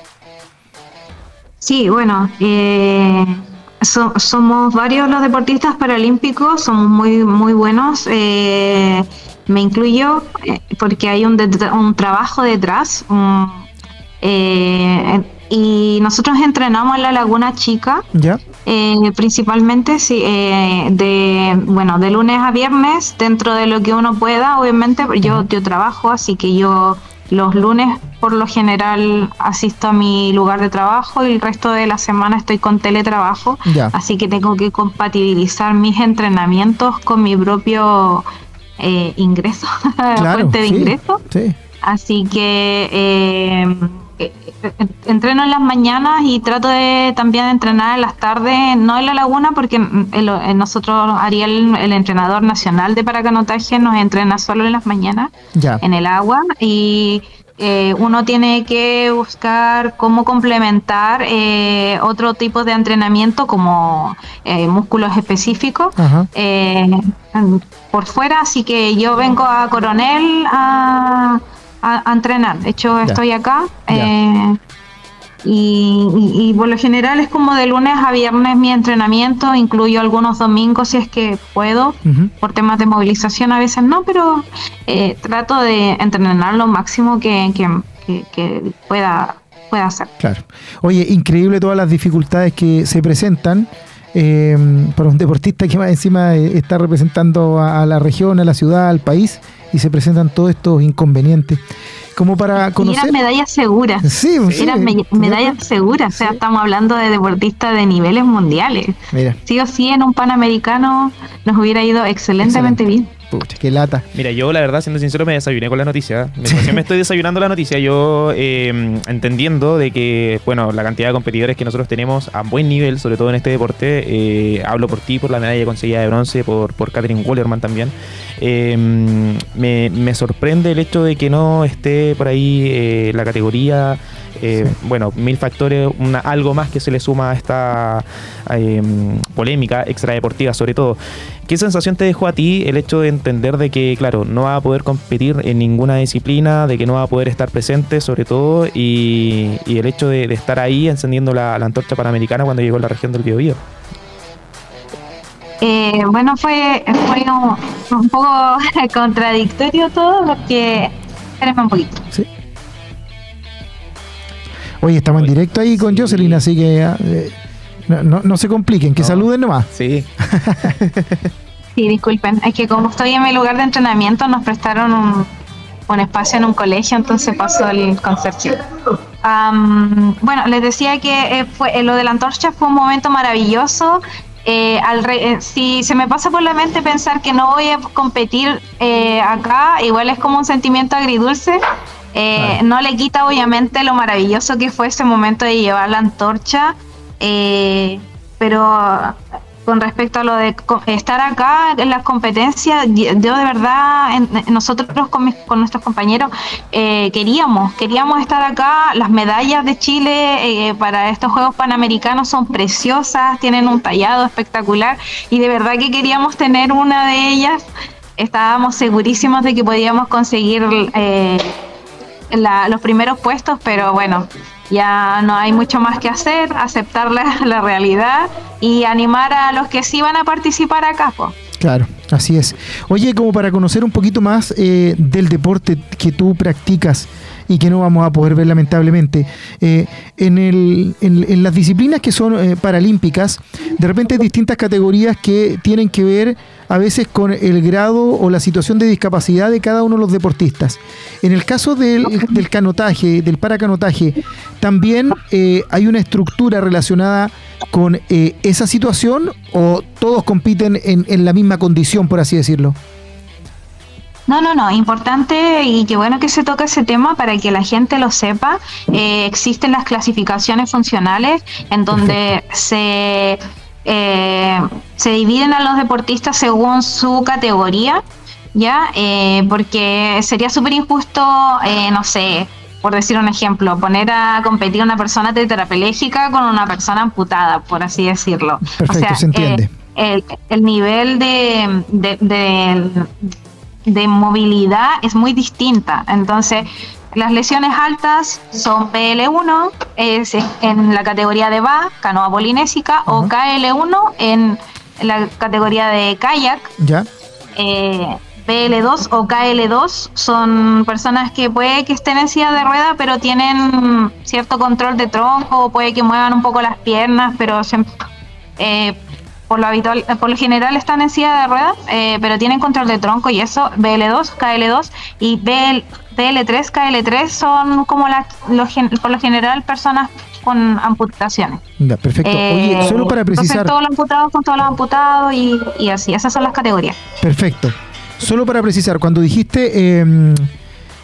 Sí, bueno, eh, so- somos varios los deportistas paralímpicos, somos muy muy buenos. Eh, me incluyo eh, porque hay un, det- un trabajo detrás. un- eh, y nosotros entrenamos en la Laguna Chica, ¿Ya? eh, principalmente sí, eh, de bueno de lunes a viernes, dentro de lo que uno pueda. Obviamente yo, yo trabajo, así que yo los lunes por lo general asisto a mi lugar de trabajo y el resto de la semana estoy con teletrabajo, Ya. así que tengo que compatibilizar mis entrenamientos con mi propio eh, ingreso, Claro, fuente de sí, ingreso. sí. Así que eh, eh, entreno en las mañanas y trato de también entrenar en las tardes, no en la laguna, porque el, el, nosotros, Ariel, el entrenador nacional de paracanotaje, nos entrena solo en las mañanas, Ya. en el agua, y eh, uno tiene que buscar cómo complementar eh, otro tipo de entrenamiento como eh, músculos específicos Ajá. eh, por fuera, así que yo vengo a Coronel a, a, a entrenar. De hecho, Ya. estoy acá Ya. eh, y, y, y por lo general es como de lunes a viernes mi entrenamiento, incluyo algunos domingos si es que puedo, Ujú. por temas de movilización a veces no, pero eh, trato de entrenar lo máximo que, que, que, que pueda, pueda hacer. Claro. Oye, increíble todas las dificultades que se presentan eh, para un deportista que más encima eh, está representando a, a la región, a la ciudad, al país, y se presentan todos estos inconvenientes. Como para Y conocer... eran medallas seguras. Sí, sí. Eran me- medallas seguras, o sea, Sí. estamos hablando de deportistas de niveles mundiales. Mira, Sí o sí, en un Panamericano nos hubiera ido excelentemente Excelente. bien. pucha, qué lata. Mira, yo la verdad, siendo sincero, me desayuné con la noticia. Me, recién me estoy desayunando la noticia. Yo eh, entendiendo de que, bueno, la cantidad de competidores que nosotros tenemos a buen nivel, sobre todo en este deporte, eh, hablo por ti, por la medalla conseguida de bronce, por, por Catherine Wallerman también. Eh, me, me sorprende el hecho de que no esté por ahí eh, la categoría. Eh, Sí. Bueno, mil factores, una, algo más que se le suma a esta eh, polémica extradeportiva, sobre todo. ¿Qué sensación te dejó a ti el hecho de entender de que, claro, no va a poder competir en ninguna disciplina, de que no va a poder estar presente, sobre todo, y, y el hecho de, de estar ahí encendiendo la, la antorcha panamericana cuando llegó a la región del Biobío? Eh, bueno, fue, fue un, un poco contradictorio todo porque... Espérenme un poquito. Sí. Oye, estamos en directo ahí con Sí. Jocelyn, así que eh, no, no, no se compliquen, que No. saluden nomás. Sí. Sí, disculpen, es que como estoy en mi lugar de entrenamiento nos prestaron un, un espacio en un colegio, entonces pasó el consorcio. Am, bueno, les decía que eh, fue, eh, lo de la antorcha fue un momento maravilloso. Eh, al re- eh, si se me pasa por la mente pensar que no voy a competir eh, acá, igual es como un sentimiento agridulce. Eh, Claro. No le quita obviamente lo maravilloso que fue ese momento de llevar la antorcha, eh, pero con respecto a lo de co- estar acá en las competencias, yo de verdad, en- en nosotros con, mis- con nuestros compañeros eh, queríamos, queríamos estar acá. Las medallas de Chile eh, para estos Juegos Panamericanos son preciosas, tienen un tallado espectacular y de verdad que queríamos tener una de ellas. Estábamos segurísimos de que podíamos conseguir eh, la- los primeros puestos, pero bueno, ya no hay mucho más que hacer, aceptar la, la realidad y animar a los que sí van a participar acá, po. Claro, así es. Oye, como para conocer un poquito más eh, del deporte que tú practicas y que no vamos a poder ver lamentablemente, eh, en, el, en, en las disciplinas que son eh, paralímpicas, de repente hay distintas categorías que tienen que ver a veces con el grado o la situación de discapacidad de cada uno de los deportistas. En el caso del, del canotaje, del paracanotaje, también eh, hay una estructura relacionada con eh, esa situación, o todos compiten en, en la misma condición, por así decirlo. No, no, no, importante y qué bueno que se toca ese tema para que la gente lo sepa. Eh, existen las clasificaciones funcionales en donde se, eh, se dividen a los deportistas según su categoría, ¿ya? Eh, porque sería súper injusto, eh, no sé, por decir un ejemplo, poner a competir una persona tetrapléjica con una persona amputada, por así decirlo. Perfecto, se entiende. eh, el, el nivel de, de, de, de movilidad es muy distinta. Entonces, las lesiones altas son P L uno, es en la categoría de V A, canoa polinésica, Ajá. o K L uno en la categoría de kayak. ¿Ya? Eh, P L dos o K L dos son personas que puede que estén en silla de ruedas, pero tienen cierto control de tronco, puede que muevan un poco las piernas, pero se, eh, por lo habitual, por lo general están en silla de ruedas, eh, pero tienen control de tronco, y eso, B L dos, K L dos y B L tres, K L tres son como las, los, por lo general personas con amputaciones. Ya, perfecto. Oye, Eh, solo para precisar. Entonces todos los amputados con todos los amputados y, y así, esas son las categorías. Perfecto. Solo para precisar, cuando dijiste eh,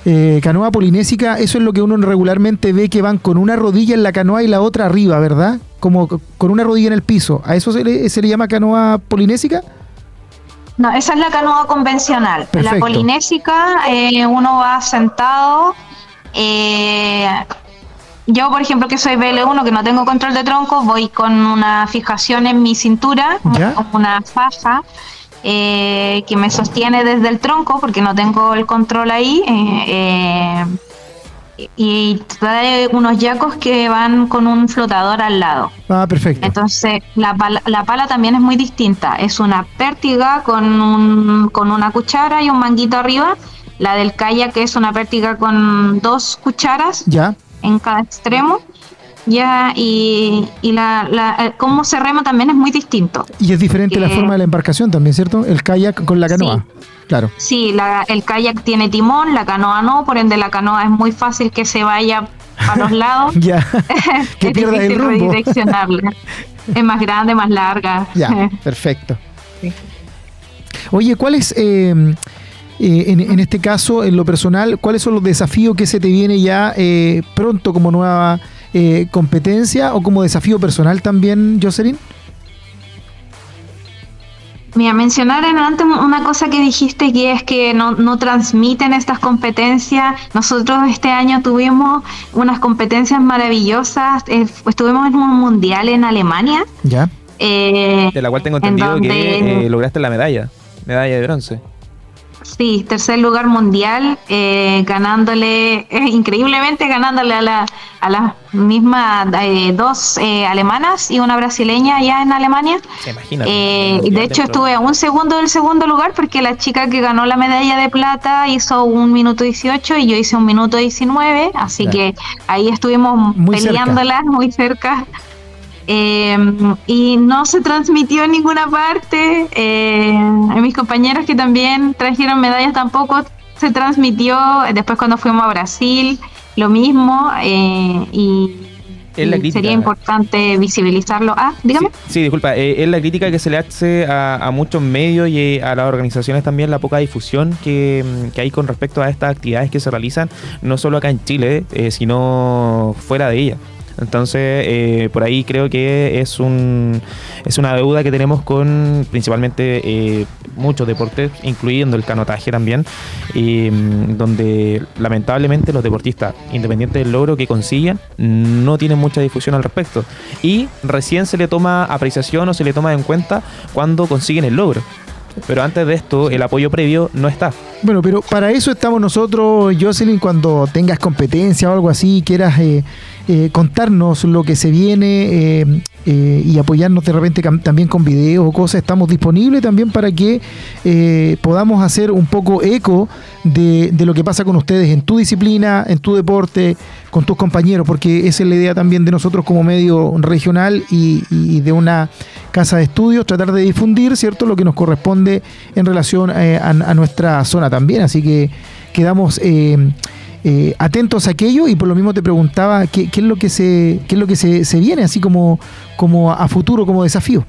eh, canoa polinésica, eso es lo que uno regularmente ve que van con una rodilla en la canoa y la otra arriba, ¿verdad? Como con una rodilla en el piso. ¿A eso se le, se le llama canoa polinésica? No, esa es la canoa convencional. Perfecto. La polinésica, eh, uno va sentado. Eh, yo, por ejemplo, que soy B L uno, que no tengo control de tronco, voy con una fijación en mi cintura, ¿Ya? una faja eh, que me sostiene desde el tronco, porque no tengo el control ahí. Eh, eh, y trae unos yacos que van con un flotador al lado. Ah, perfecto. Entonces, la pala, la pala también es muy distinta. Es una pértiga con, un, con una cuchara y un manguito arriba. La del kayak es una pértiga con dos cucharas Ya. en cada extremo. Ya, y, y la, la, cómo se rema también es muy distinto. Y es diferente la Eh, forma de la embarcación también, ¿cierto? El kayak con la canoa. Sí. Claro. Sí, la, el kayak tiene timón, la canoa no, por ende la canoa es muy fácil que se vaya para los lados. Ya. Que Es pierda el difícil rumbo. redireccionarla. Es más grande, más larga. Ya, perfecto. Sí. Oye, ¿cuál es, eh, eh, en, en este caso, en lo personal, cuáles son los desafíos que se te viene ya eh, pronto como nueva eh, competencia o como desafío personal también, Jocelyn? Mira, mencionar en antes una cosa que dijiste, que es que no, no transmiten estas competencias. Nosotros este año tuvimos unas competencias maravillosas. Eh, estuvimos en un mundial en Alemania. Ya. eh, De la cual tengo en entendido donde- que eh, lograste la medalla, medalla de bronce. Sí, tercer lugar mundial, eh, ganándole, eh, increíblemente ganándole a, la, a las mismas eh, dos eh, alemanas y una brasileña allá en Alemania. Se imagina. Eh, y de hecho estuve a un segundo del segundo lugar, porque la chica que ganó la medalla de plata hizo un minuto dieciocho y yo hice un minuto diecinueve, así Ya. que ahí estuvimos Muy cerca. peleándolas muy cerca. Eh, y no se transmitió en ninguna parte. Eh, mis compañeros que también trajeron medallas tampoco se transmitió. Después cuando fuimos a Brasil, lo mismo. Eh, y Es la y crítica. sería importante visibilizarlo. Ah, dígame. Sí, sí, disculpa, eh, es la crítica que se le hace a, a muchos medios y eh, a las organizaciones también, la poca difusión que, mm, que hay con respecto a estas actividades que se realizan, no solo acá en Chile, eh, sino fuera de ella. Entonces, eh, por ahí creo que es un es una deuda que tenemos con principalmente eh, muchos deportes, incluyendo el canotaje también, y, mm, donde lamentablemente los deportistas, independiente del logro que consiguen, no tienen mucha difusión al respecto. Y recién se le toma apreciación o se le toma en cuenta cuando consiguen el logro. Pero antes de esto, el apoyo previo no está. Bueno, pero para eso estamos nosotros, Jocelyn, cuando tengas competencia o algo así, quieras eh, eh, contarnos lo que se viene eh, eh, y apoyarnos de repente cam- también con videos o cosas, estamos disponibles también para que eh, podamos hacer un poco eco de, de lo que pasa con ustedes en tu disciplina, en tu deporte, con tus compañeros, porque esa es la idea también de nosotros como medio regional y, y de una casa de estudios, tratar de difundir, ¿cierto?, lo que nos corresponde en relación eh, a, a nuestra zona también, así que quedamos eh, eh, atentos a aquello y por lo mismo te preguntaba qué, qué es lo que se qué es lo que se, se viene así como, como a futuro, como desafío.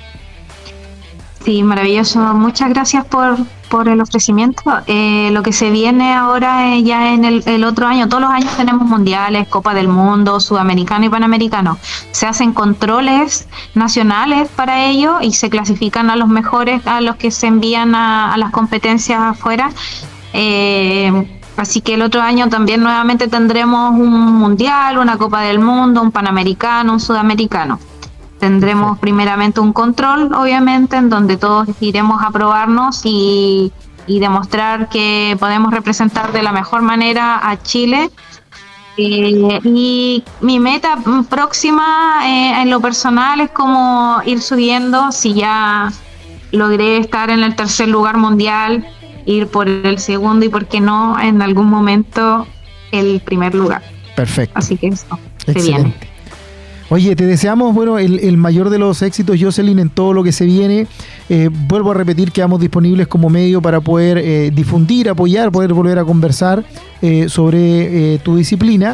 Sí, maravilloso. Muchas gracias por, por el ofrecimiento. Eh, lo que se viene ahora eh, ya en el, el otro año, todos los años tenemos mundiales, Copa del Mundo, Sudamericano y Panamericano. Se hacen controles nacionales para ello y se clasifican a los mejores, a los que se envían a, a las competencias afuera. Eh, así que el otro año también nuevamente tendremos un mundial, una Copa del Mundo, un Panamericano, un Sudamericano. Tendremos primeramente un control, obviamente, en donde todos iremos a probarnos y, y demostrar que podemos representar de la mejor manera a Chile. Eh, y mi meta próxima eh, en lo personal es como ir subiendo. Si ya logré estar en el tercer lugar mundial, ir por el segundo y, por qué no, en algún momento el primer lugar. Perfecto. Así que eso se viene. Excelente. Oye, te deseamos, bueno, el, el mayor de los éxitos, Jocelyn, en todo lo que se viene. Eh, vuelvo a repetir, quedamos disponibles como medio para poder eh, difundir, apoyar, poder volver a conversar eh, sobre eh, tu disciplina.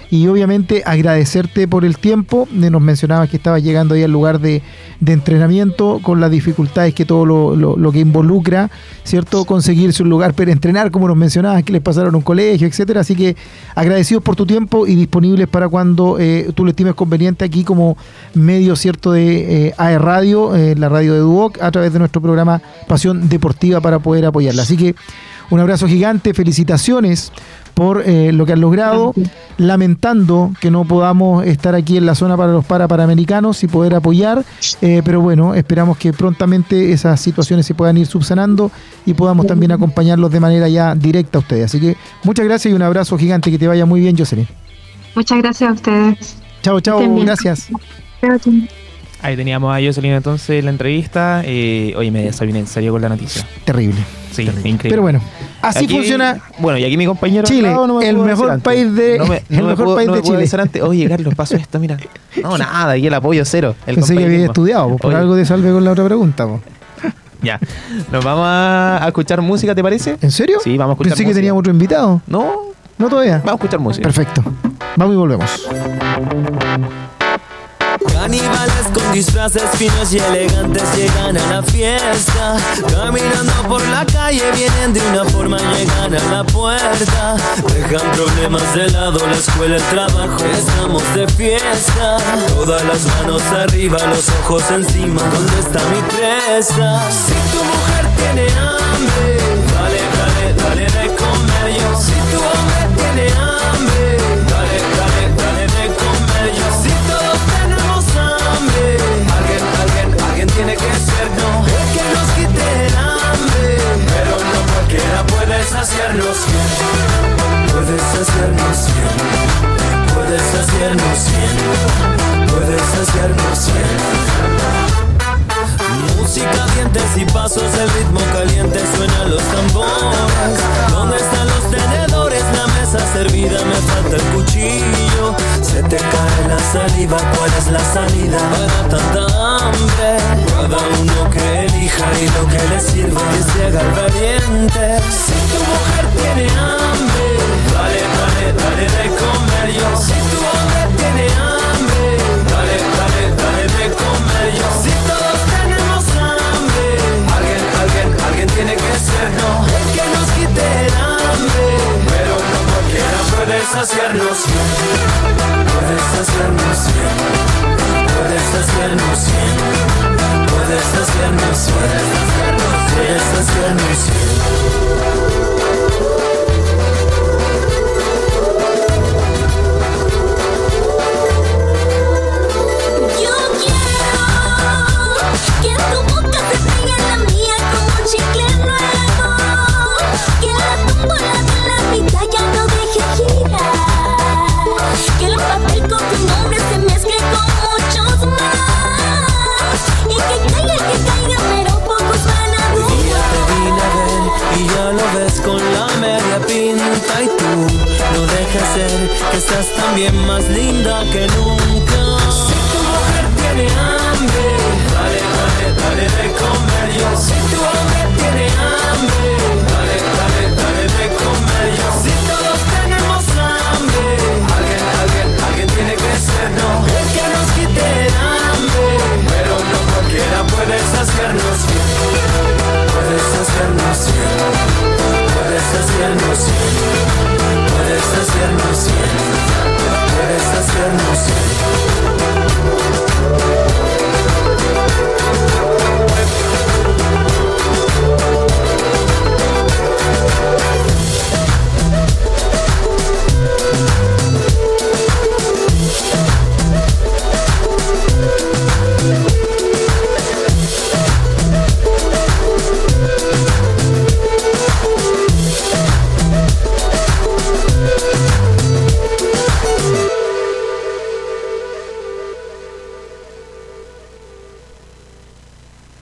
y obviamente agradecerte por el tiempo. Nos mencionabas que estabas llegando ahí al lugar de, de entrenamiento con las dificultades que todo lo, lo, lo que involucra, ¿cierto? Conseguirse un lugar para entrenar, como nos mencionabas, que les pasaron a un colegio, etcétera. Así que agradecidos por tu tiempo y disponibles para cuando eh, tú lo estimes conveniente aquí como medio, ¿cierto?, de eh, A E Radio, eh, la radio de Duoc, a través de nuestro programa Pasión Deportiva para poder apoyarla. Así que un abrazo gigante, felicitaciones por eh, lo que han logrado, lamentando que no podamos estar aquí en la zona para los parapanamericanos y poder apoyar, eh, pero bueno, esperamos que prontamente esas situaciones se puedan ir subsanando y podamos también acompañarlos de manera ya directa a ustedes. Así que muchas gracias y un abrazo gigante, que te vaya muy bien, Jocelyn. Muchas gracias a ustedes. Chao, chao, gracias. Ahí teníamos a Jocelyn entonces en la entrevista. Eh, oye, me desayuné en serio con la noticia. Terrible. Sí, terrible. increíble. Pero bueno, así Aquí, funciona bueno, y aquí mi compañero Chile, no, no me el pudo mejor decir país antes. de no me, el no me mejor pudo- país no de me pudo Chile. decir antes, oye, Carlos, pasó esto, mira. No, nada, y el apoyo cero. El Pensé que había compañerismo. estudiado, po, por Oye, algo te salve con la otra pregunta, po. Ya. Nos vamos a, a escuchar música, ¿te parece? ¿En serio? Sí, vamos a escuchar Pensé que música. teníamos otro invitado. No, No todavía. vamos a escuchar música. Perfecto. Vamos y volvemos. Caníbales con disfraces finos y elegantes llegan a la fiesta. Caminando por la calle vienen de una forma, llegan a la puerta. Dejan problemas de lado, la escuela, el trabajo, estamos de fiesta. Todas las manos arriba, los ojos encima, ¿dónde está mi presa? Si tu mujer tiene hambre, dale, dale, dale de comer yo. Si tu hombre tiene hambre, dale, dale, dale de comer yo. Si todos tenemos hambre, alguien, alguien, alguien tiene que ser, no, el que nos quite el hambre, pero no cualquiera puede saciarnos bien, puede saciarnos bien, puede saciarnos bien, puede saciarnos bien. Música, dientes y pasos, el ritmo caliente, suenan los tambores. ¿Dónde están los tenedores? La mesa servida, me falta el cuchillo. Se te cae la saliva, ¿cuál es la salida para tanta hambre? Cada uno que elija y lo que le sirva, que se haga el valiente. Si tu mujer tiene hambre, dale, dale, dale de comer yo. Si tu hombre tiene hambre, dale, dale, dale de comer yo. Si todos tenemos hambre, alguien, alguien, alguien tiene que ser, no, el que nos quite el hambre, pero no cualquiera puede saciarnos bien, puede saciarnos bien, puede saciarnos bien, puede saciarnos bien, puede saciarnos bien. Yo quiero que tu boca se pegue a la mía como un chicle nuevo, que la tómbola de la vida ya no deje girar, que el papel con tu nombre se mezcle con muchos más, y que caiga el que caiga, pero pocos van a Hoy día te vine a ver dudar. y ya lo ves con la media pinta y tú no dejes ser que estás también más linda.